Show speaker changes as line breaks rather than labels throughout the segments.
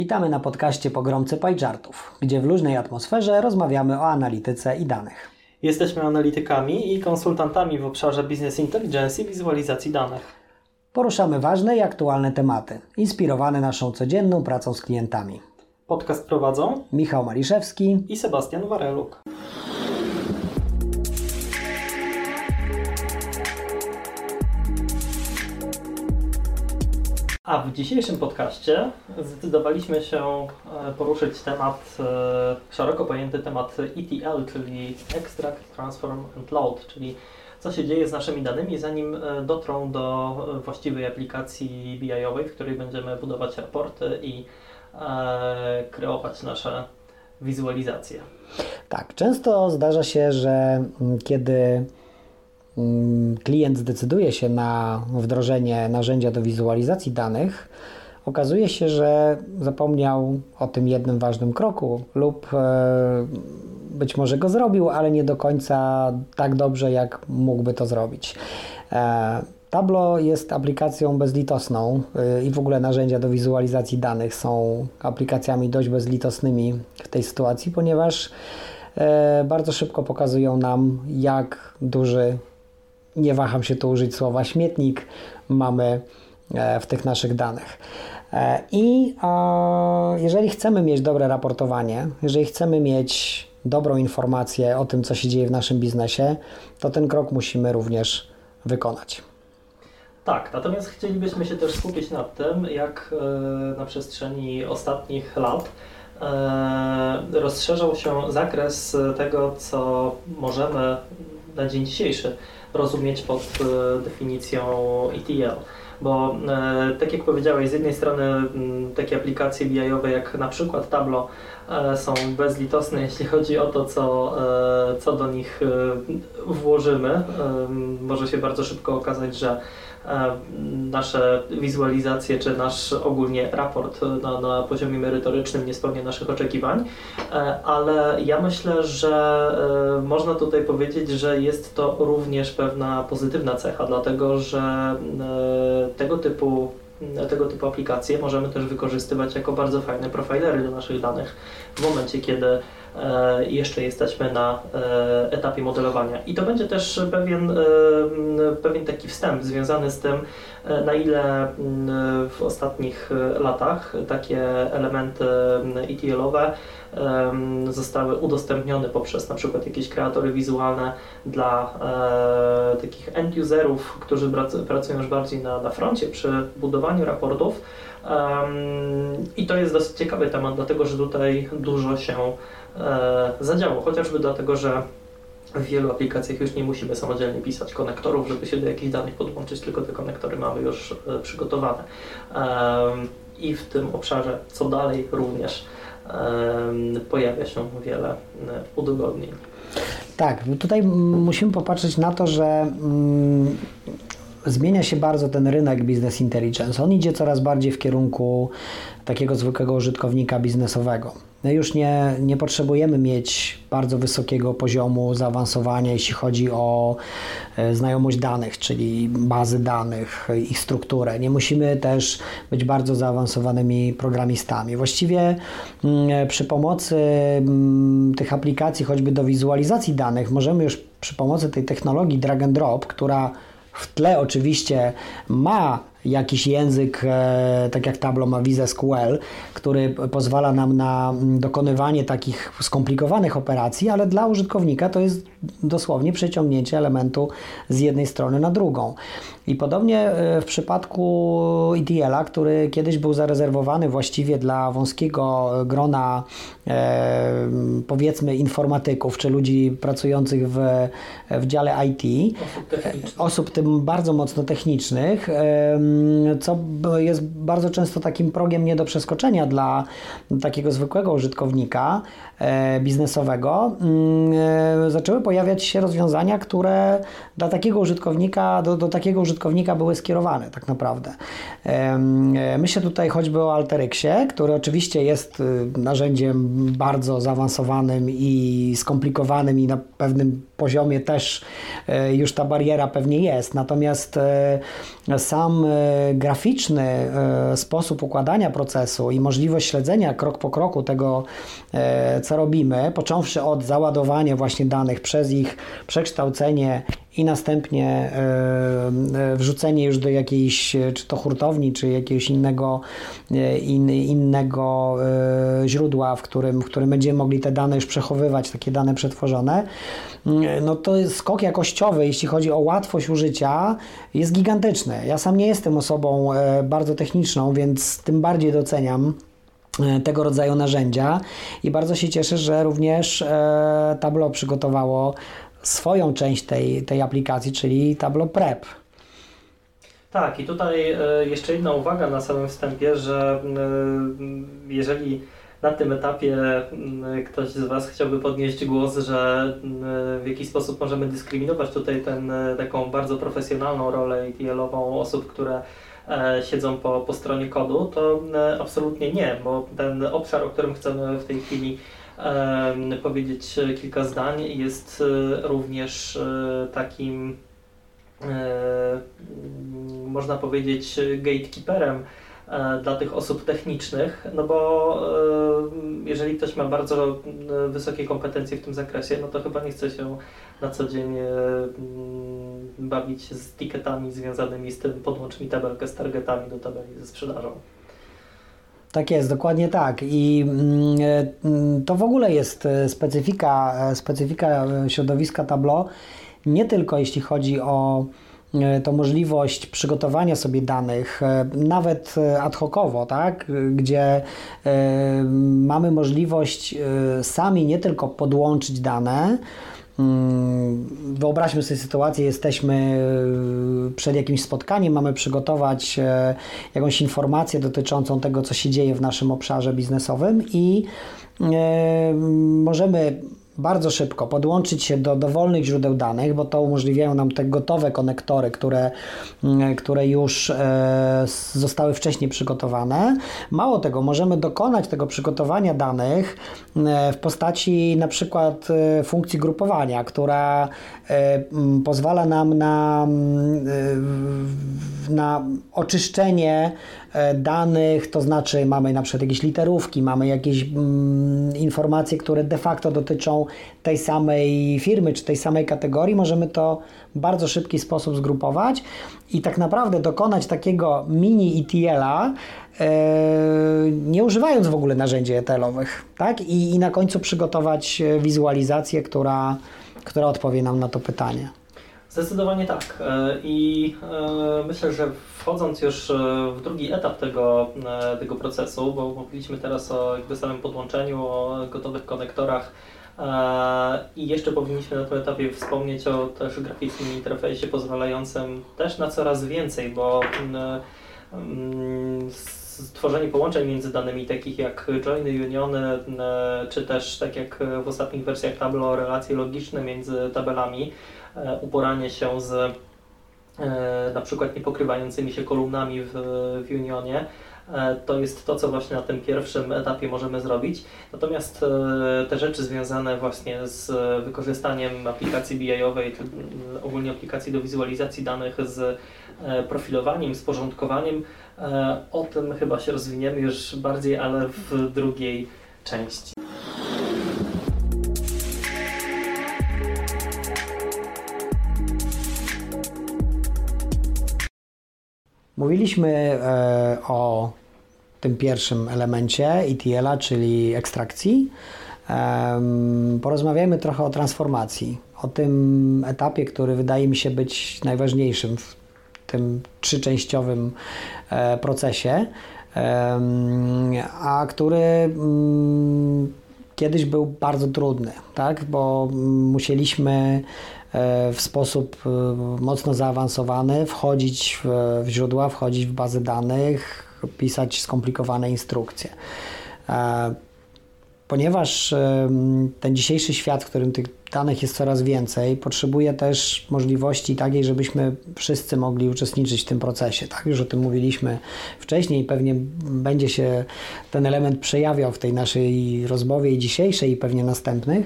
Witamy na podcaście Pogromcy PyChartów, gdzie w luźnej atmosferze rozmawiamy o analityce i danych.
Jesteśmy analitykami i konsultantami w obszarze Business Intelligence i wizualizacji danych.
Poruszamy ważne i aktualne tematy, inspirowane naszą codzienną pracą z klientami.
Podcast prowadzą
Michał Maliszewski
i Sebastian Wareluk. A w dzisiejszym podcaście zdecydowaliśmy się poruszyć temat, szeroko pojęty temat ETL, czyli Extract, Transform and Load, czyli co się dzieje z naszymi danymi, zanim dotrą do właściwej aplikacji BI-owej, w której będziemy budować raporty i kreować nasze wizualizacje.
Tak, często zdarza się, że kiedy klient zdecyduje się na wdrożenie narzędzia do wizualizacji danych, okazuje się, że zapomniał o tym jednym ważnym kroku lub być może go zrobił, ale nie do końca tak dobrze, jak mógłby to zrobić. Tableau jest aplikacją bezlitosną i w ogóle narzędzia do wizualizacji danych są aplikacjami dość bezlitosnymi w tej sytuacji, ponieważ bardzo szybko pokazują nam, jak duży, nie waham się tu użyć słowa śmietnik, mamy w tych naszych danych. I jeżeli chcemy mieć dobre raportowanie, jeżeli chcemy mieć dobrą informację o tym, co się dzieje w naszym biznesie, to ten krok musimy również wykonać.
Tak, natomiast chcielibyśmy się też skupić nad tym, jak na przestrzeni ostatnich lat rozszerzał się zakres tego, co możemy na dzień dzisiejszy rozumieć pod definicją ETL. Bo tak jak powiedziałeś, z jednej strony takie aplikacje BI-owe jak na przykład Tableau są bezlitosne, jeśli chodzi o to, co do nich włożymy. Może się bardzo szybko okazać, że nasze wizualizacje czy nasz ogólnie raport na poziomie merytorycznym nie spełnia naszych oczekiwań, ale ja myślę, że można tutaj powiedzieć, że jest to również pewna pozytywna cecha, dlatego że tego typu aplikacje możemy też wykorzystywać jako bardzo fajne profilery do naszych danych w momencie, kiedy jeszcze jesteśmy na etapie modelowania. I to będzie też pewien taki wstęp związany z tym, na ile w ostatnich latach takie elementy ETL-owe zostały udostępnione poprzez na przykład jakieś kreatory wizualne dla takich end-userów, którzy pracują już bardziej na froncie przy budowaniu raportów. I to jest dosyć ciekawy temat, dlatego że tutaj dużo się zadziało, chociażby dlatego, że w wielu aplikacjach już nie musimy samodzielnie pisać konektorów, żeby się do jakichś danych podłączyć, tylko te konektory mamy już przygotowane. I w tym obszarze, co dalej, również pojawia się wiele udogodnień.
Tak, tutaj musimy popatrzeć na to, że zmienia się bardzo ten rynek Business Intelligence. On idzie coraz bardziej w kierunku takiego zwykłego użytkownika biznesowego. My już nie potrzebujemy mieć bardzo wysokiego poziomu zaawansowania, jeśli chodzi o znajomość danych, czyli bazy danych, ich strukturę. Nie musimy też być bardzo zaawansowanymi programistami. Właściwie przy pomocy tych aplikacji, choćby do wizualizacji danych, możemy już przy pomocy tej technologii drag and drop, która w tle oczywiście ma jakiś język, tak jak Tableau ma VisSQL, który pozwala nam na dokonywanie takich skomplikowanych operacji, ale dla użytkownika to jest dosłownie przeciągnięcie elementu z jednej strony na drugą. I podobnie w przypadku ETL-a, który kiedyś był zarezerwowany właściwie dla wąskiego grona powiedzmy informatyków, czy ludzi pracujących w dziale IT, osób tym bardzo mocno technicznych, co jest bardzo często takim progiem nie do przeskoczenia dla takiego zwykłego użytkownika biznesowego, zaczęły pojawiać się rozwiązania, które dla takiego użytkownika, do takiego użytkownika były skierowane tak naprawdę. Myślę tutaj choćby o Alteryxie, który oczywiście jest narzędziem bardzo zaawansowanym i skomplikowanym i na pewnym poziomie też już ta bariera pewnie jest, natomiast sam graficzny sposób układania procesu i możliwość śledzenia krok po kroku tego, co robimy, począwszy od załadowania właśnie danych przez ich przekształcenie i następnie wrzucenie już do jakiejś, czy to hurtowni, czy jakiegoś innego źródła, w którym będziemy mogli te dane już przechowywać, takie dane przetworzone, no to jest skok jakościowy, jeśli chodzi o łatwość użycia, jest gigantyczny. Ja sam nie jestem osobą bardzo techniczną, więc tym bardziej doceniam tego rodzaju narzędzia i bardzo się cieszę, że również Tableau przygotowało swoją część tej aplikacji, czyli Tableau Prep.
Tak, i tutaj jeszcze jedna uwaga na samym wstępie, że jeżeli na tym etapie ktoś z Was chciałby podnieść głos, że w jakiś sposób możemy dyskryminować tutaj taką bardzo profesjonalną rolę ETL-ową osób, które siedzą po stronie kodu, to absolutnie nie, bo ten obszar, o którym chcemy w tej chwili powiedzieć kilka zdań, jest również takim, można powiedzieć, gatekeeperem dla tych osób technicznych, no bo jeżeli ktoś ma bardzo wysokie kompetencje w tym zakresie, no to chyba nie chce się na co dzień bawić z ticketami związanymi z tym, podłącz mi tabelkę z targetami do tabeli ze sprzedażą.
Tak jest, dokładnie tak. I to w ogóle jest specyfika środowiska Tableau, nie tylko jeśli chodzi o to możliwość przygotowania sobie danych, nawet ad hocowo, tak? Gdzie mamy możliwość sami nie tylko podłączyć dane. Wyobraźmy sobie sytuację, jesteśmy przed jakimś spotkaniem, mamy przygotować jakąś informację dotyczącą tego, co się dzieje w naszym obszarze biznesowym i możemy bardzo szybko podłączyć się do dowolnych źródeł danych, bo to umożliwiają nam te gotowe konektory, które już zostały wcześniej przygotowane. Mało tego, możemy dokonać tego przygotowania danych w postaci na przykład funkcji grupowania, która pozwala nam na oczyszczenie danych, to znaczy mamy na przykład jakieś literówki, mamy jakieś informacje, które de facto dotyczą tej samej firmy czy tej samej kategorii, możemy to w bardzo szybki sposób zgrupować i tak naprawdę dokonać takiego mini ETL-a, nie używając w ogóle narzędzi ETL-owych, tak? I na końcu przygotować wizualizację, która odpowie nam na to pytanie.
Zdecydowanie tak. I myślę, że wchodząc już w drugi etap tego procesu, bo mówiliśmy teraz o jakby samym podłączeniu, o gotowych konektorach i jeszcze powinniśmy na tym etapie wspomnieć o też graficznym interfejsie pozwalającym też na coraz więcej, bo stworzenie połączeń między danymi takich jak joiny, uniony, czy też tak jak w ostatnich wersjach Tableau relacje logiczne między tabelami, uporanie się z na przykład niepokrywającymi się kolumnami w unionie, to jest to, co właśnie na tym pierwszym etapie możemy zrobić. Natomiast te rzeczy związane właśnie z wykorzystaniem aplikacji BI-owej, ogólnie aplikacji do wizualizacji danych, z profilowaniem, z porządkowaniem, o tym chyba się rozwiniemy już bardziej, ale w drugiej części.
Mówiliśmy o tym pierwszym elemencie ETL-a, czyli ekstrakcji. Porozmawiajmy trochę o transformacji, o tym etapie, który wydaje mi się być najważniejszym w tym trzyczęściowym procesie, a który kiedyś był bardzo trudny, tak? Bo musieliśmy w sposób mocno zaawansowany wchodzić w źródła, wchodzić w bazy danych, pisać skomplikowane instrukcje. Ponieważ ten dzisiejszy świat, w którym tych danych jest coraz więcej, potrzebuje też możliwości takiej, żebyśmy wszyscy mogli uczestniczyć w tym procesie. Tak? Już o tym mówiliśmy wcześniej i pewnie będzie się ten element przejawiał w tej naszej rozmowie i dzisiejszej i pewnie następnych.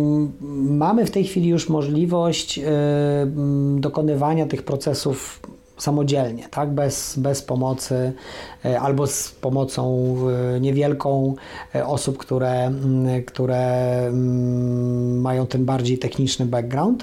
Mamy w tej chwili już możliwość dokonywania tych procesów samodzielnie, tak? Bez pomocy albo z pomocą niewielką osób, które mają ten bardziej techniczny background.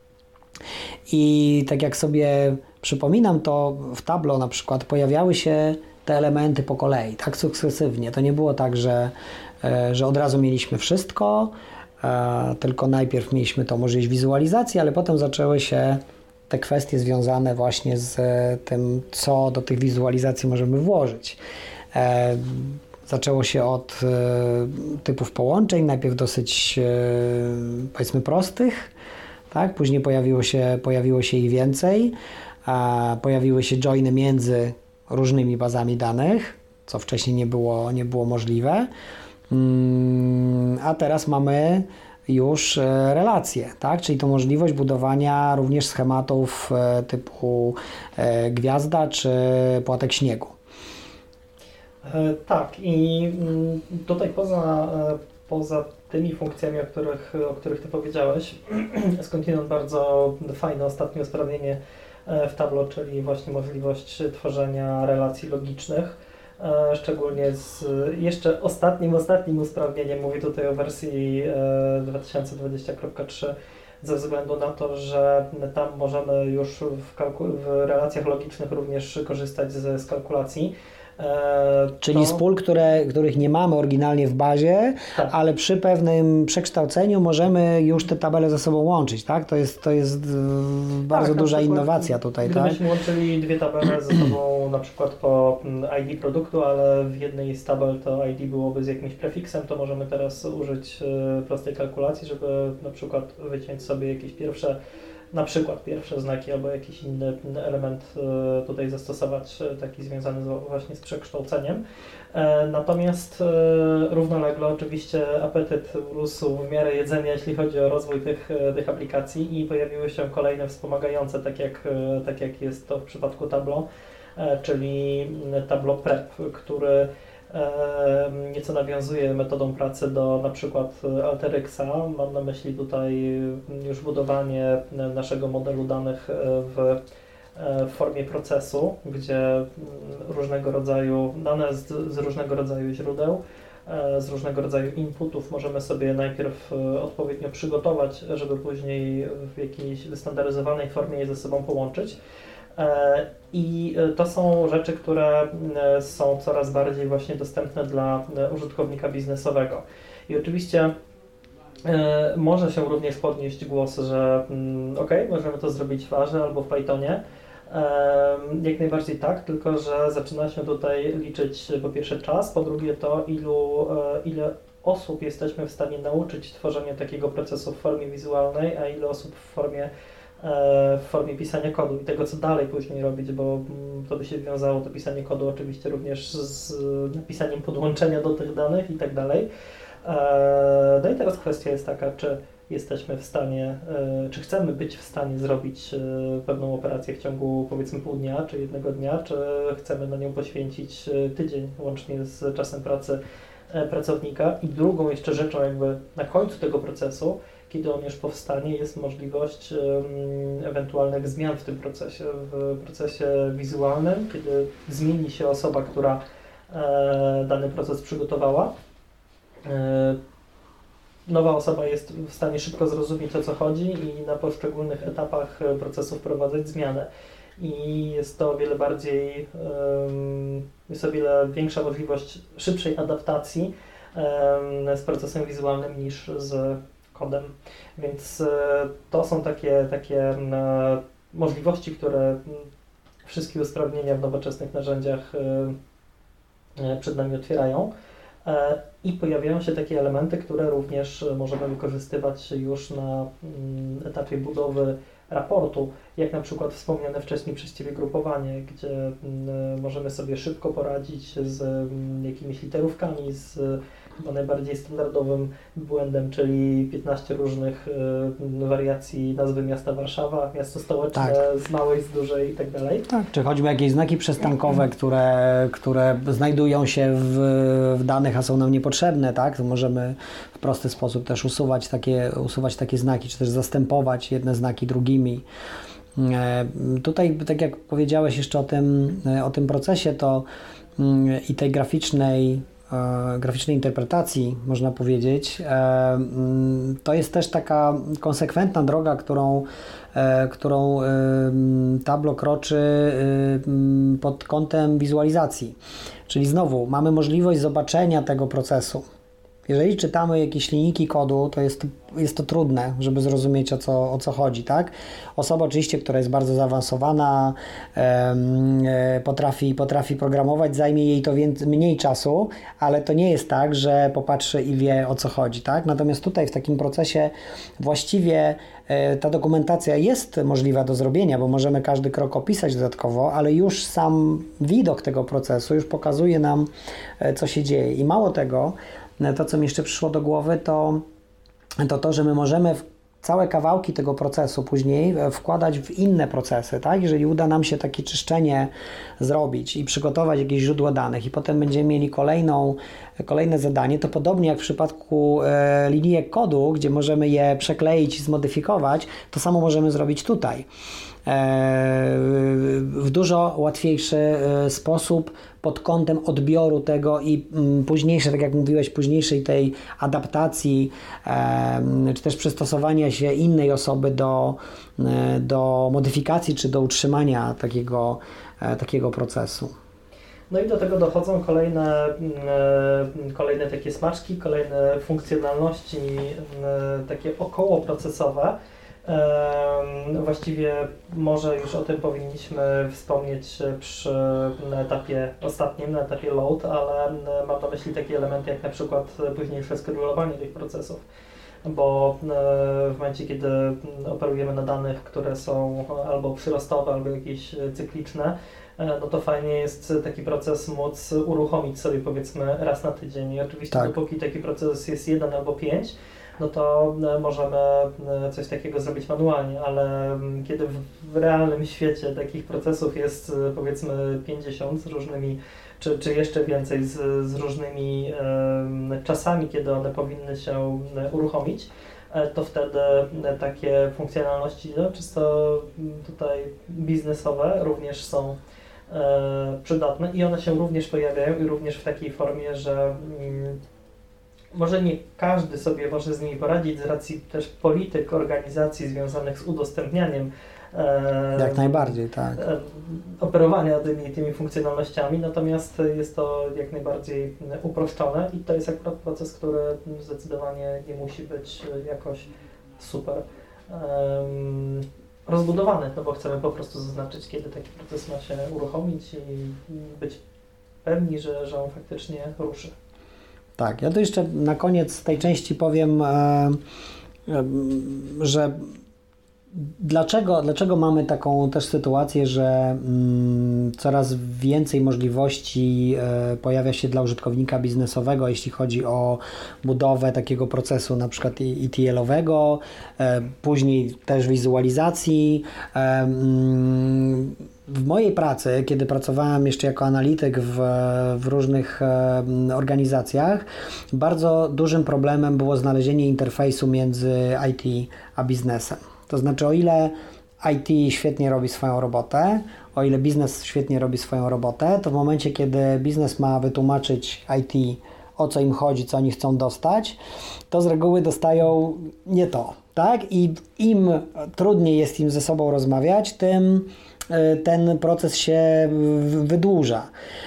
I tak jak sobie przypominam, to w Tableau na przykład pojawiały się te elementy po kolei, tak sukcesywnie. To nie było tak, że od razu mieliśmy wszystko, tylko najpierw mieliśmy tą możliwość wizualizacji, ale potem zaczęły się te kwestie związane właśnie z tym, co do tych wizualizacji możemy włożyć. Zaczęło się od typów połączeń, najpierw dosyć powiedzmy prostych, tak? Później pojawiło się ich więcej, pojawiły się joiny między różnymi bazami danych, co wcześniej nie było możliwe, a teraz mamy już relacje, tak? Czyli to możliwość budowania również schematów typu gwiazda czy płatek śniegu.
Tak, i tutaj poza tymi funkcjami, o których Ty powiedziałeś, skądinąd bardzo fajne ostatnie usprawnienie w Tableau, czyli właśnie możliwość tworzenia relacji logicznych, szczególnie z jeszcze ostatnim usprawnieniem, mówię tutaj o wersji 2020.3, ze względu na to, że tam możemy już w relacjach logicznych również korzystać z kalkulacji.
Czyli z pól, których nie mamy oryginalnie w bazie, tak, ale przy pewnym przekształceniu możemy już te tabele ze sobą łączyć, tak? To jest bardzo duża innowacja tutaj, tak?
Gdybyśmy łączyli dwie tabele ze sobą na przykład po ID produktu, ale w jednej z tabel to ID byłoby z jakimś prefiksem, to możemy teraz użyć prostej kalkulacji, żeby na przykład wyciąć sobie jakieś pierwsze znaki albo jakiś inny element tutaj zastosować, taki związany właśnie z przekształceniem. Natomiast równolegle oczywiście apetyt rósł w miarę jedzenia, jeśli chodzi o rozwój tych aplikacji i pojawiły się kolejne wspomagające, tak jak jest to w przypadku Tableau, czyli Tableau Prep, który nieco nawiązuje metodą pracy do na przykład Alteryxa. Mam na myśli tutaj już budowanie naszego modelu danych w formie procesu, gdzie różnego rodzaju dane z różnego rodzaju źródeł, z różnego rodzaju inputów możemy sobie najpierw odpowiednio przygotować, żeby później w jakiejś wystandaryzowanej formie je ze sobą połączyć. I to są rzeczy, które są coraz bardziej właśnie dostępne dla użytkownika biznesowego. I oczywiście może się również podnieść głos, że możemy to zrobić w Arze albo w Pythonie. Jak najbardziej tak, tylko że zaczyna się tutaj liczyć po pierwsze czas, po drugie to ile osób jesteśmy w stanie nauczyć tworzenia takiego procesu w formie wizualnej, a ile osób w formie pisania kodu i tego, co dalej później robić, bo to by się wiązało, to pisanie kodu oczywiście również z napisaniem podłączenia do tych danych i tak dalej. No i teraz kwestia jest taka, czy jesteśmy w stanie, czy chcemy być w stanie zrobić pewną operację w ciągu powiedzmy pół dnia, czy jednego dnia, czy chcemy na nią poświęcić tydzień łącznie z czasem pracy pracownika. I drugą jeszcze rzeczą jakby na końcu tego procesu, kiedy on już powstanie, jest możliwość ewentualnych zmian w tym procesie, w procesie wizualnym, kiedy zmieni się osoba, która dany proces przygotowała. Nowa osoba jest w stanie szybko zrozumieć, o co chodzi i na poszczególnych etapach procesu wprowadzać zmianę. I jest to jest o wiele większa możliwość szybszej adaptacji z procesem wizualnym niż z kodem. Więc to są takie możliwości, które wszystkie usprawnienia w nowoczesnych narzędziach przed nami otwierają. I pojawiają się takie elementy, które również możemy wykorzystywać już na etapie budowy raportu, jak na przykład wspomniane wcześniej przez Ciebie grupowanie, gdzie możemy sobie szybko poradzić z jakimiś literówkami, z chyba najbardziej standardowym błędem, czyli 15 różnych wariacji nazwy miasta Warszawa, miasto stołeczne, tak, z małej, z dużej i tak dalej. Tak,
czy choćby jakieś znaki przystankowe, które znajdują się w danych, a są nam niepotrzebne, tak? To możemy w prosty sposób też usuwać takie znaki, czy też zastępować jedne znaki drugimi. Tutaj, tak jak powiedziałeś jeszcze o tym procesie, to i tej graficznej interpretacji, można powiedzieć, to jest też taka konsekwentna droga, którą Tableau kroczy pod kątem wizualizacji. Czyli znowu mamy możliwość zobaczenia tego procesu. Jeżeli czytamy jakieś linijki kodu, to jest to trudne, żeby zrozumieć o co chodzi, tak? Osoba oczywiście, która jest bardzo zaawansowana, potrafi programować, zajmie jej to mniej czasu, ale to nie jest tak, że popatrzy i wie, o co chodzi, tak? Natomiast tutaj w takim procesie właściwie ta dokumentacja jest możliwa do zrobienia, bo możemy każdy krok opisać dodatkowo, ale już sam widok tego procesu już pokazuje nam, co się dzieje. I mało tego, to, co mi jeszcze przyszło do głowy, to, że my możemy całe kawałki tego procesu później wkładać w inne procesy, tak? Jeżeli uda nam się takie czyszczenie zrobić i przygotować jakieś źródło danych i potem będziemy mieli kolejne zadanie, to podobnie jak w przypadku linijek kodu, gdzie możemy je przekleić i zmodyfikować, to samo możemy zrobić tutaj. W dużo łatwiejszy sposób pod kątem odbioru tego i późniejszej, tak jak mówiłeś, późniejszej tej adaptacji, czy też przystosowania się innej osoby do modyfikacji, czy do utrzymania takiego procesu.
No i do tego dochodzą kolejne takie smaczki, kolejne funkcjonalności takie okołoprocesowe. Właściwie może już o tym powinniśmy wspomnieć na etapie ostatnim, na etapie load, ale mam na myśli takie elementy jak na przykład późniejsze schedulowanie tych procesów, bo w momencie, kiedy operujemy na danych, które są albo przyrostowe, albo jakieś cykliczne, no to fajnie jest taki proces móc uruchomić sobie powiedzmy raz na tydzień i oczywiście
tak.
Dopóki taki proces jest 1 albo 5, no to możemy coś takiego zrobić manualnie, ale kiedy w realnym świecie takich procesów jest powiedzmy 50 z różnymi, czy jeszcze więcej z różnymi czasami, kiedy one powinny się uruchomić, to wtedy takie funkcjonalności czysto tutaj biznesowe również są przydatne i one się również pojawiają i również w takiej formie, że może nie każdy sobie może z nimi poradzić z racji też polityk organizacji związanych z udostępnianiem
jak najbardziej, tak.
Operowania tymi funkcjonalnościami, natomiast jest to jak najbardziej uproszczone i to jest akurat proces, który zdecydowanie nie musi być jakoś super rozbudowany, no bo chcemy po prostu zaznaczyć, kiedy taki proces ma się uruchomić i być pewni, że on faktycznie ruszy.
Tak, ja to jeszcze na koniec tej części powiem, że dlaczego mamy taką też sytuację, że coraz więcej możliwości pojawia się dla użytkownika biznesowego, jeśli chodzi o budowę takiego procesu na przykład ETL-owego, później też wizualizacji. W mojej pracy, kiedy pracowałem jeszcze jako analityk w różnych organizacjach, bardzo dużym problemem było znalezienie interfejsu między IT a biznesem. To znaczy, o ile IT świetnie robi swoją robotę, o ile biznes świetnie robi swoją robotę, to w momencie, kiedy biznes ma wytłumaczyć IT, o co im chodzi, co oni chcą dostać, to z reguły dostają nie to, tak? I im trudniej jest im ze sobą rozmawiać, tym ten proces się wydłuża.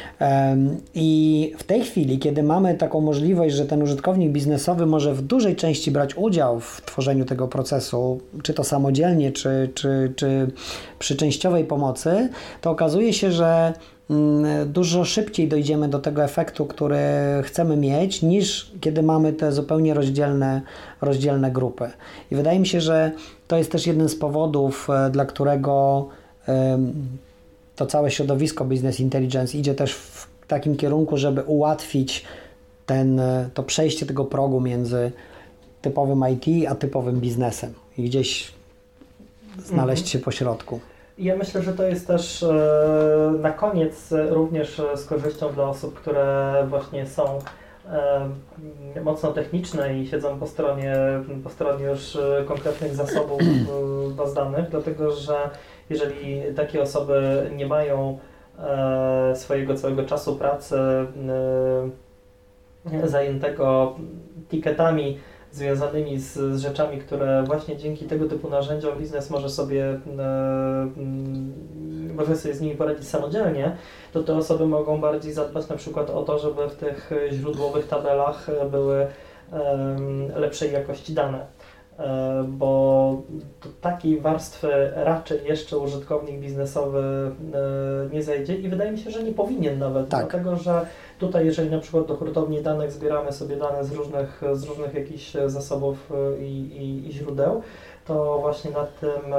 I w tej chwili, kiedy mamy taką możliwość, że ten użytkownik biznesowy może w dużej części brać udział w tworzeniu tego procesu, czy to samodzielnie, czy przy częściowej pomocy, to okazuje się, że dużo szybciej dojdziemy do tego efektu, który chcemy mieć, niż kiedy mamy te zupełnie rozdzielne grupy. I wydaje mi się, że to jest też jeden z powodów, dla którego to całe środowisko Business Intelligence idzie też w takim kierunku, żeby ułatwić to przejście tego progu między typowym IT a typowym biznesem i gdzieś znaleźć się po środku.
Ja myślę, że to jest też na koniec również z korzyścią dla osób, które właśnie są mocno techniczne i siedzą po stronie już konkretnych zasobów baz danych, dlatego że jeżeli takie osoby nie mają swojego całego czasu pracy zajętego ticketami związanymi z rzeczami, które właśnie dzięki tego typu narzędziom biznes może sobie z nimi poradzić samodzielnie, to te osoby mogą bardziej zadbać na przykład o to, żeby w tych źródłowych tabelach były lepszej jakości dane. Bo do takiej warstwy raczej jeszcze użytkownik biznesowy nie zejdzie i wydaje mi się, że nie powinien nawet, dlatego że tutaj jeżeli na przykład do hurtowni danych zbieramy sobie dane z różnych jakichś zasobów i źródeł, to właśnie nad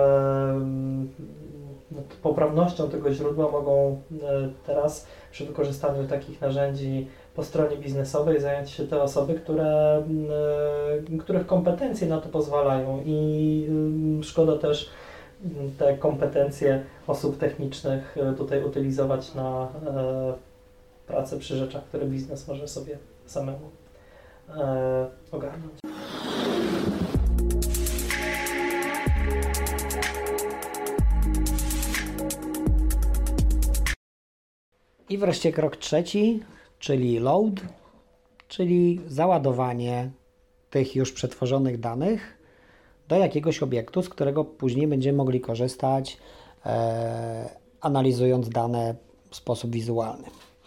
poprawnością tego źródła mogą teraz przy wykorzystaniu takich narzędzi po stronie biznesowej zająć się te osoby, których kompetencje na to pozwalają i szkoda też te kompetencje osób technicznych tutaj utylizować na pracę przy rzeczach, które biznes może sobie samemu ogarnąć.
I wreszcie krok trzeci, czyli load, czyli załadowanie tych już przetworzonych danych do jakiegoś obiektu, z którego później będziemy mogli korzystać, analizując dane w sposób wizualny.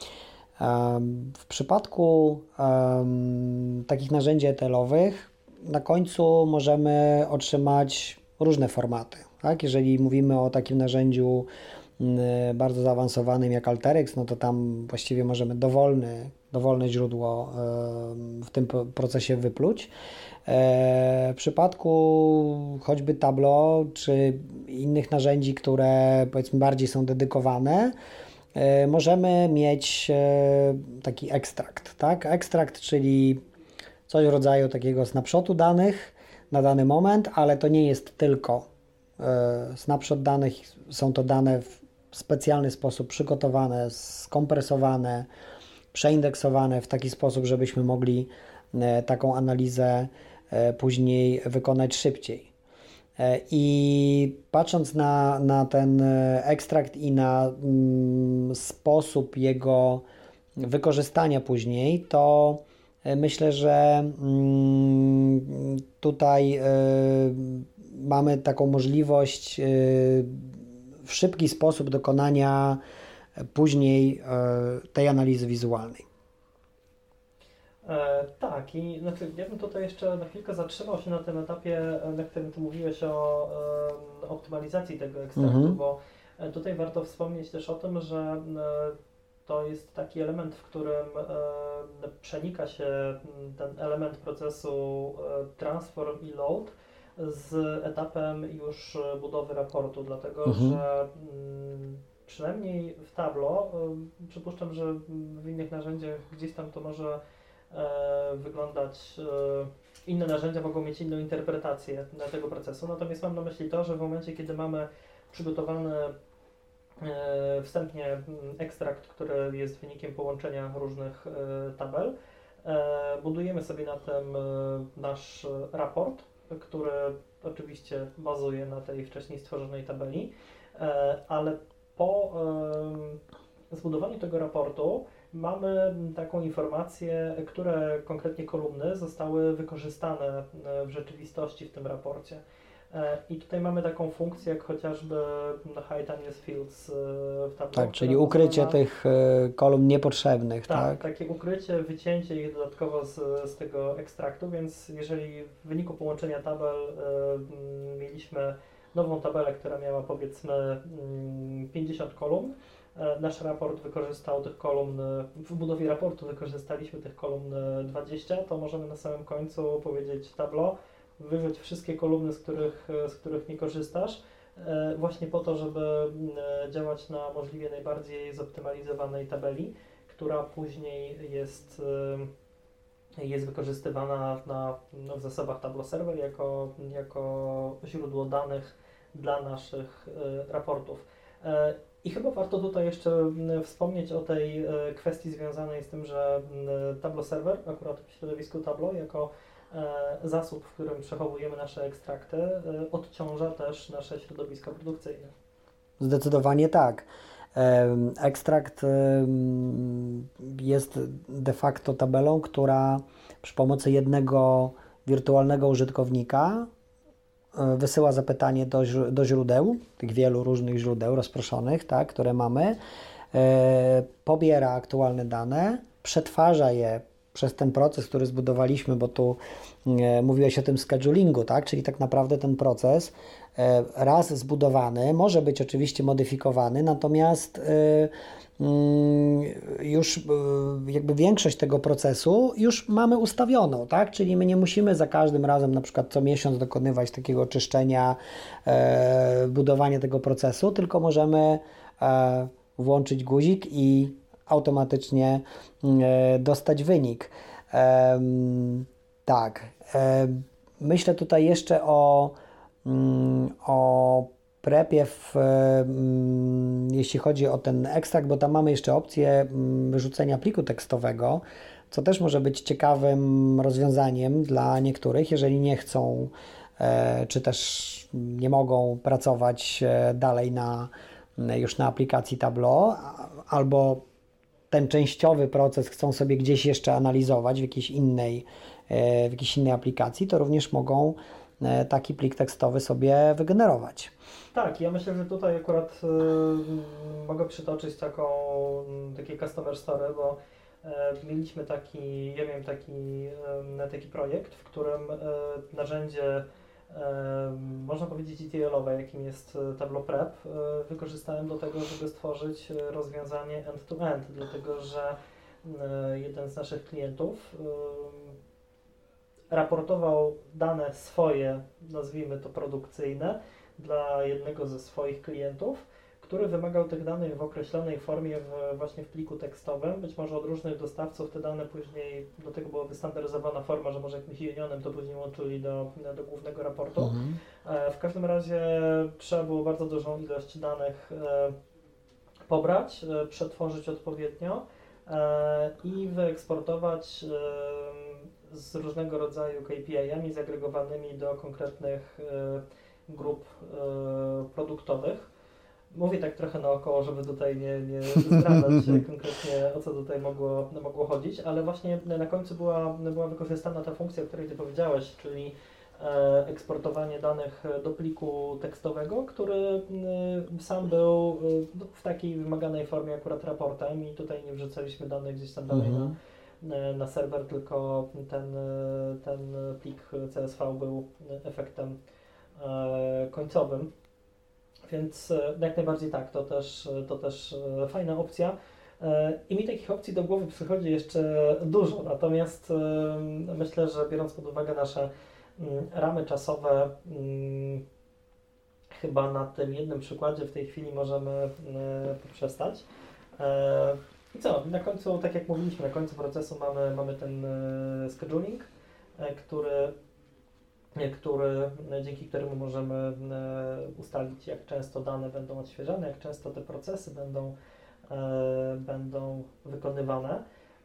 W przypadku takich narzędzi ETL-owych na końcu możemy otrzymać różne formaty. Tak? Jeżeli mówimy o takim narzędziu bardzo zaawansowanym jak Alteryx, no to tam właściwie możemy dowolne źródło w tym procesie wypluć. W przypadku choćby Tableau czy innych narzędzi, które powiedzmy bardziej są dedykowane, możemy mieć taki ekstrakt, tak? Ekstrakt, czyli coś w rodzaju takiego snapshotu danych na dany moment, ale to nie jest tylko snapshot danych, są to dane w specjalny sposób przygotowane, skompresowane, przeindeksowane w taki sposób, żebyśmy mogli taką analizę później wykonać szybciej. I patrząc na ten ekstrakt i na sposób jego wykorzystania później, to myślę, że tutaj mamy taką możliwość w szybki sposób dokonania później tej analizy wizualnej.
Tak, i znaczy, ja bym tutaj jeszcze na chwilkę zatrzymał się na tym etapie, na którym Ty mówiłeś o optymalizacji tego ekstraktu, bo tutaj warto wspomnieć też o tym, że to jest taki element, w którym przenika się ten element procesu transform i load z etapem już budowy raportu, dlatego że przynajmniej w Tableau, przypuszczam, że w innych narzędziach gdzieś tam to może wyglądać, inne narzędzia mogą mieć inną interpretację tego procesu, natomiast mam na myśli to, że w momencie, kiedy mamy przygotowany wstępnie ekstrakt, który jest wynikiem połączenia różnych tabel, budujemy sobie na tym nasz raport, który oczywiście bazuje na tej wcześniej stworzonej tabeli, ale po zbudowaniu tego raportu mamy taką informację, które konkretnie kolumny zostały wykorzystane w rzeczywistości w tym raporcie. I tutaj mamy taką funkcję, jak chociażby Hide Unused Fields w Tableau.
Tak, czyli ukrycie tych kolumn niepotrzebnych.
Tak, takie ukrycie, wycięcie ich dodatkowo z tego ekstraktu, więc jeżeli w wyniku połączenia tabel mieliśmy nową tabelę, która miała powiedzmy 50 kolumn, nasz raport wykorzystał tych kolumn, w budowie raportu wykorzystaliśmy tych kolumn 20, to możemy na samym końcu powiedzieć Tableau, wyrzuć wszystkie kolumny, z których nie korzystasz, właśnie po to, żeby działać na możliwie najbardziej zoptymalizowanej tabeli, która później jest wykorzystywana w zasobach Tableau Server jako źródło danych dla naszych raportów. I chyba warto tutaj jeszcze wspomnieć o tej kwestii związanej z tym, że Tableau Server, akurat w środowisku Tableau, jako zasób, w którym przechowujemy nasze ekstrakty, odciąża też nasze środowiska produkcyjne.
Zdecydowanie tak. Ekstrakt jest de facto tabelą, która przy pomocy jednego wirtualnego użytkownika wysyła zapytanie do źródeł, tych wielu różnych źródeł rozproszonych, tak, które mamy, pobiera aktualne dane, przetwarza je przez ten proces, który zbudowaliśmy, bo tu mówiłeś o tym schedulingu, tak? Czyli tak naprawdę ten proces raz zbudowany, może być oczywiście modyfikowany, natomiast już jakby większość tego procesu już mamy ustawioną, tak? Czyli my nie musimy za każdym razem na przykład co miesiąc dokonywać takiego czyszczenia, budowania tego procesu, tylko możemy włączyć guzik i automatycznie dostać wynik. Tak. Myślę tutaj jeszcze o prepie, jeśli chodzi o ten ekstrakt, bo tam mamy jeszcze opcję wyrzucenia pliku tekstowego, co też może być ciekawym rozwiązaniem dla niektórych, jeżeli nie chcą, czy też nie mogą pracować dalej już na aplikacji Tableau, albo ten częściowy proces chcą sobie gdzieś jeszcze analizować w jakiejś innej aplikacji, to również mogą taki plik tekstowy sobie wygenerować.
Tak, ja myślę, że tutaj akurat mogę przytoczyć takie customer story, bo mieliśmy taki projekt, w którym narzędzie można powiedzieć ETL-owe, jakim jest Tableau Prep, wykorzystałem do tego, żeby stworzyć rozwiązanie end-to-end, dlatego że jeden z naszych klientów raportował dane swoje, nazwijmy to produkcyjne, dla jednego ze swoich klientów, który wymagał tych danych w określonej formie właśnie w pliku tekstowym, być może od różnych dostawców te dane później, do tego była wystandaryzowana forma, że może jakimś unionem to później łączyli do głównego raportu. W każdym razie trzeba było bardzo dużą ilość danych pobrać, przetworzyć odpowiednio i wyeksportować z różnego rodzaju KPI-ami zagregowanymi do konkretnych grup produktowych. Mówię tak trochę naokoło, żeby tutaj nie zdradzać konkretnie, o co tutaj mogło chodzić, ale właśnie na końcu była wykorzystana ta funkcja, o której Ty powiedziałeś, czyli eksportowanie danych do pliku tekstowego, który sam był w takiej wymaganej formie akurat raportem i tutaj nie wrzucaliśmy danych gdzieś tam dalej na serwer, tylko ten plik CSV był efektem końcowym. Więc jak najbardziej tak, to też fajna opcja. I mi takich opcji do głowy przychodzi jeszcze dużo, natomiast myślę, że biorąc pod uwagę nasze ramy czasowe, chyba na tym jednym przykładzie w tej chwili możemy poprzestać. I co, na końcu, tak jak mówiliśmy, na końcu procesu mamy ten scheduling, dzięki któremu możemy ustalić, jak często dane będą odświeżane, jak często te procesy będą wykonywane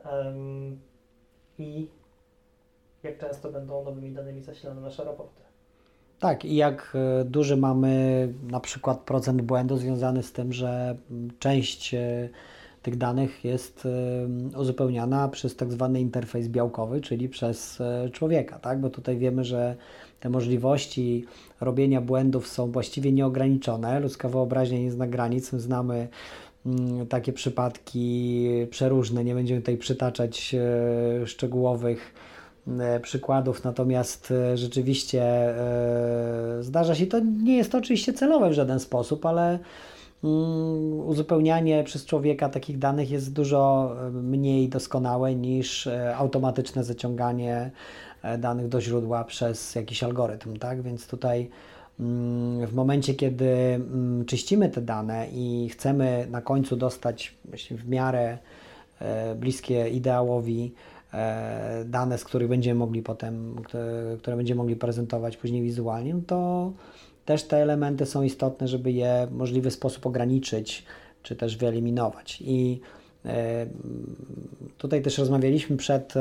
i jak często będą nowymi danymi zasilane nasze raporty.
Tak, i jak duży mamy na przykład procent błędu związany z tym, że część tych danych jest uzupełniana przez tak zwany interfejs białkowy, czyli przez człowieka, tak? Bo tutaj wiemy, że te możliwości robienia błędów są właściwie nieograniczone. Ludzka wyobraźnia nie zna granic. My znamy takie przypadki przeróżne. Nie będziemy tutaj przytaczać szczegółowych przykładów, natomiast rzeczywiście zdarza się, to nie jest to oczywiście celowe w żaden sposób, ale uzupełnianie przez człowieka takich danych jest dużo mniej doskonałe niż automatyczne zaciąganie danych do źródła przez jakiś algorytm, tak? Więc tutaj w momencie, kiedy czyścimy te dane i chcemy na końcu dostać w miarę bliskie ideałowi dane, z których będziemy mogli potem, które będziemy mogli prezentować później wizualnie, no to też te elementy są istotne, żeby je w możliwy sposób ograniczyć czy też wyeliminować. I tutaj też rozmawialiśmy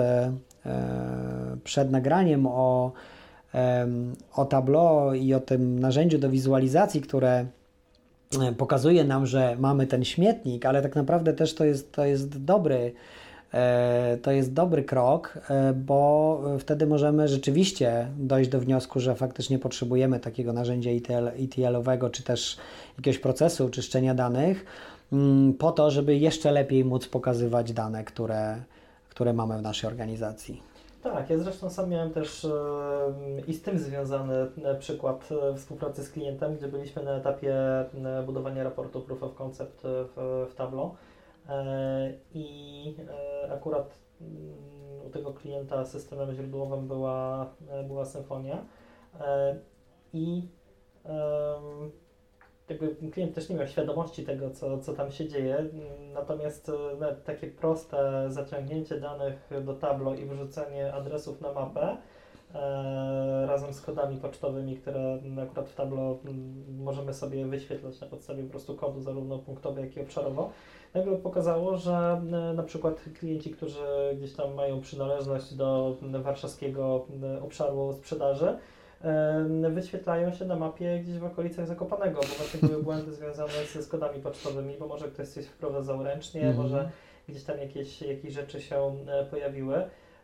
przed nagraniem o Tableau i o tym narzędziu do wizualizacji, które pokazuje nam, że mamy ten śmietnik, ale tak naprawdę też to jest dobry krok, bo wtedy możemy rzeczywiście dojść do wniosku, że faktycznie potrzebujemy takiego narzędzia ETL-owego, czy też jakiegoś procesu czyszczenia danych, po to, żeby jeszcze lepiej móc pokazywać dane, które mamy w naszej organizacji.
Tak, ja zresztą sam miałem też i z tym związany przykład współpracy z klientem, gdzie byliśmy na etapie budowania raportu Proof of Concept w Tableau i akurat u tego klienta systemem źródłowym była Symfonia i jakby klient też nie miał świadomości tego, co tam się dzieje, natomiast takie proste zaciągnięcie danych do Tableau i wrzucenie adresów na mapę razem z kodami pocztowymi, które akurat w Tableau możemy sobie wyświetlać na podstawie po prostu kodu zarówno punktowo, jak i obszarowo, nagle pokazało, że na przykład klienci, którzy gdzieś tam mają przynależność do warszawskiego obszaru sprzedaży, wyświetlają się na mapie gdzieś w okolicach Zakopanego, bo właśnie były błędy związane z kodami pocztowymi, bo może ktoś coś wprowadzał ręcznie, może gdzieś tam jakieś rzeczy się pojawiły.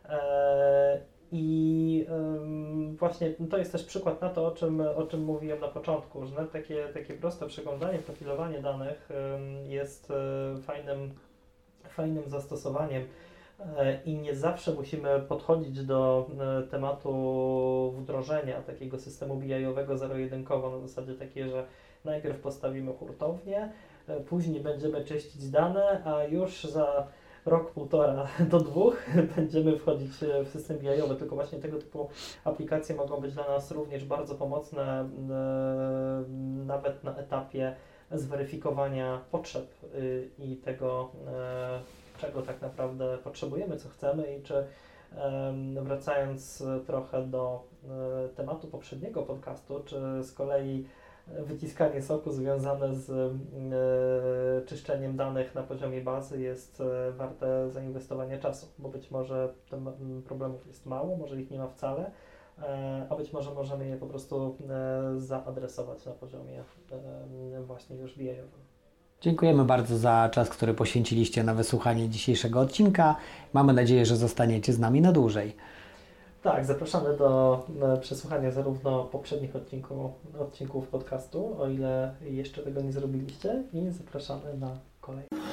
I właśnie to jest też przykład na to, o czym mówiłem na początku, że takie proste przeglądanie, profilowanie danych jest fajnym zastosowaniem i nie zawsze musimy podchodzić do tematu wdrożenia takiego systemu BI-owego zero-jedynkowo na zasadzie takiej, że najpierw postawimy hurtownię, później będziemy czyścić dane, a już za rok, półtora do 2 będziemy wchodzić w system BI-owy, tylko właśnie tego typu aplikacje mogą być dla nas również bardzo pomocne, nawet na etapie zweryfikowania potrzeb i tego, czego tak naprawdę potrzebujemy, co chcemy i czy wracając trochę do tematu poprzedniego podcastu, czy z kolei wyciskanie soku związane z czyszczeniem danych na poziomie bazy jest warte zainwestowania czasu, bo być może problemów jest mało, może ich nie ma wcale, a być może możemy je po prostu zaadresować na poziomie właśnie już BI-owym.
Dziękujemy bardzo za czas, który poświęciliście na wysłuchanie dzisiejszego odcinka. Mamy nadzieję, że zostaniecie z nami na dłużej.
Tak, zapraszamy do przesłuchania zarówno poprzednich odcinków podcastu, o ile jeszcze tego nie zrobiliście, i zapraszamy na kolejne.